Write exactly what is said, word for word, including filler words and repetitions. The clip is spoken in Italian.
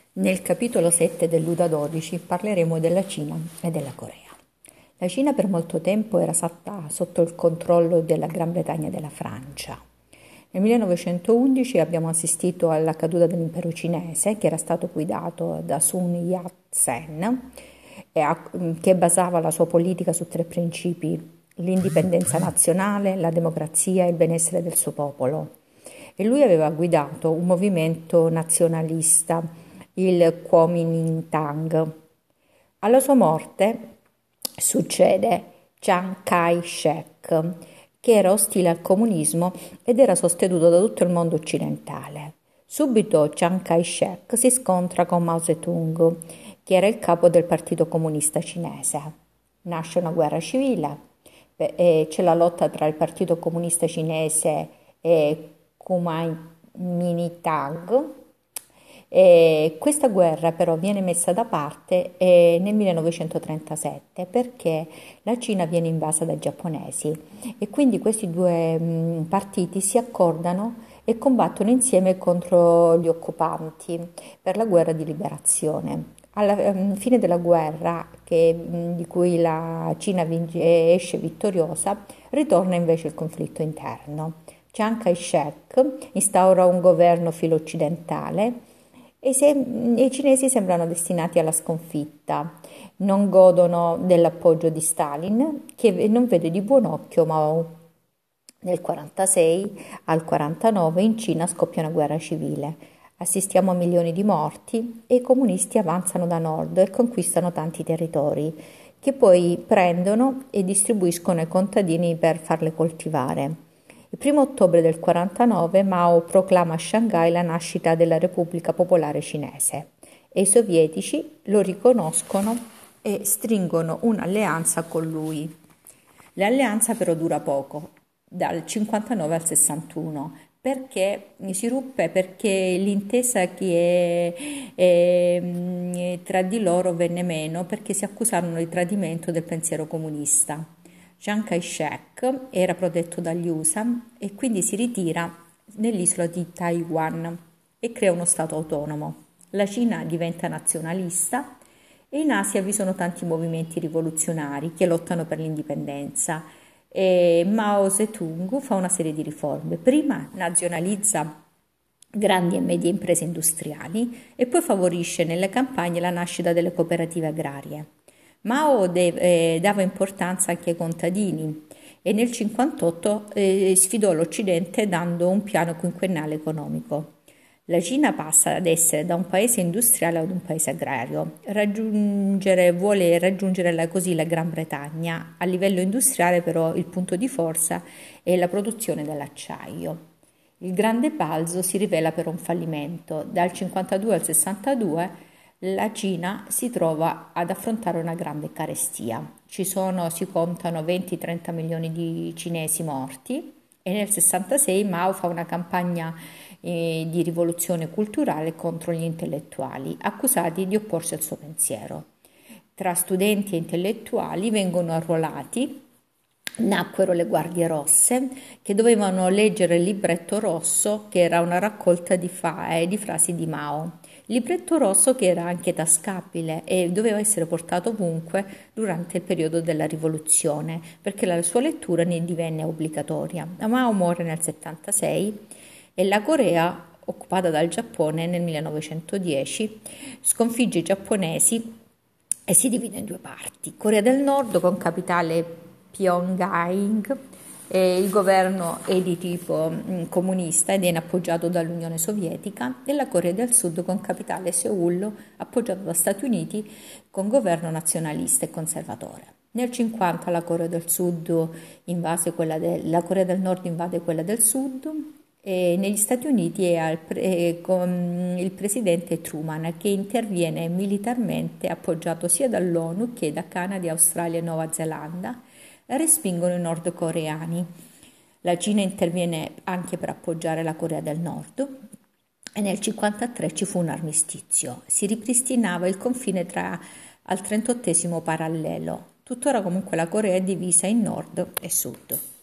Nel capitolo sette dell'Uda dodici parleremo della Cina e della Corea. La Cina per molto tempo era stata sotto il controllo della Gran Bretagna e della Francia. Nel millenovecentoundici abbiamo assistito alla caduta dell'impero cinese, che era stato guidato da Sun Yat-sen, che basava la sua politica su tre principi: l'indipendenza nazionale, la democrazia e il benessere del suo popolo. E lui aveva guidato un movimento nazionalista, il Kuomintang. Alla sua morte succede Chiang Kai-shek, che era ostile al comunismo ed era sostenuto da tutto il mondo occidentale. Subito Chiang Kai-shek si scontra con Mao Zedong, che era il capo del Partito Comunista Cinese. Nasce una guerra civile, e c'è la lotta tra il Partito Comunista Cinese e Kuomintang. E questa guerra però viene messa da parte eh, nel millenovecentotrentasette, perché la Cina viene invasa dai giapponesi e quindi questi due mh, partiti si accordano e combattono insieme contro gli occupanti per la guerra di liberazione. Alla mh, fine della guerra, che, mh, di cui la Cina vince, esce vittoriosa, ritorna invece il conflitto interno. Chiang Kai-shek instaura un governo filo-occidentale e se, i cinesi sembrano destinati alla sconfitta. Non godono dell'appoggio di Stalin, che non vede di buon occhio Mao. Nel quarantasei al quarantanove in Cina scoppia una guerra civile. Assistiamo a milioni di morti e i comunisti avanzano da nord e conquistano tanti territori, che poi prendono e distribuiscono ai contadini per farle coltivare. Il primo ottobre del quarantanove Mao proclama a Shanghai la nascita della Repubblica Popolare Cinese e i sovietici lo riconoscono e stringono un'alleanza con lui. L'alleanza però dura poco, dal cinquantanove al sessantuno, perché si ruppe perché l'intesa che è, è, tra di loro venne meno, perché si accusarono di tradimento del pensiero comunista. Chiang Kai-shek era protetto dagli U S A e quindi si ritira nell'isola di Taiwan e crea uno Stato autonomo. La Cina diventa nazionalista e in Asia vi sono tanti movimenti rivoluzionari che lottano per l'indipendenza. E Mao Zedong fa una serie di riforme. Prima nazionalizza grandi e medie imprese industriali e poi favorisce nelle campagne la nascita delle cooperative agrarie. Mao de- eh, dava importanza anche ai contadini e nel cinquantotto eh, sfidò l'Occidente dando un piano quinquennale economico. La Cina passa ad essere da un paese industriale ad un paese agrario, raggiungere, vuole raggiungere la, così la Gran Bretagna. A livello industriale però il punto di forza è la produzione dell'acciaio. Il grande balzo si rivela però un fallimento. Dal cinquantadue al sessantadue la Cina si trova ad affrontare una grande carestia. Ci sono, si contano venti trenta milioni di cinesi morti e nel sessantasei Mao fa una campagna eh, di rivoluzione culturale contro gli intellettuali, accusati di opporsi al suo pensiero. Tra studenti e intellettuali vengono arruolati. Nacquero le Guardie Rosse, che dovevano leggere il libretto rosso, che era una raccolta di, fa- eh, di frasi di Mao. Il libretto rosso che era anche tascabile e doveva essere portato ovunque durante il periodo della rivoluzione, perché la sua lettura ne divenne obbligatoria. Mao muore nel settantasei e la Corea, occupata dal Giappone nel millenovecentodieci, sconfigge i giapponesi e si divide in due parti. Corea del Nord con capitale Pyongyang, e il governo è di tipo mh, comunista ed viene appoggiato dall'Unione Sovietica, e la Corea del Sud con capitale Seul, appoggiato dagli Stati Uniti, con governo nazionalista e conservatore. Nel cinquanta la Corea del Sud invase quella de- la Corea del Nord invade quella del Sud e negli Stati Uniti è, al pre- è con il presidente Truman, che interviene militarmente appoggiato sia dall'ONU che da Canada, Australia e Nuova Zelanda, respingono i nordcoreani. La Cina interviene anche per appoggiare la Corea del Nord e nel cinquantatré ci fu un armistizio. Si ripristinava il confine tra al trentottesimo parallelo. Tuttora comunque la Corea è divisa in nord e sud.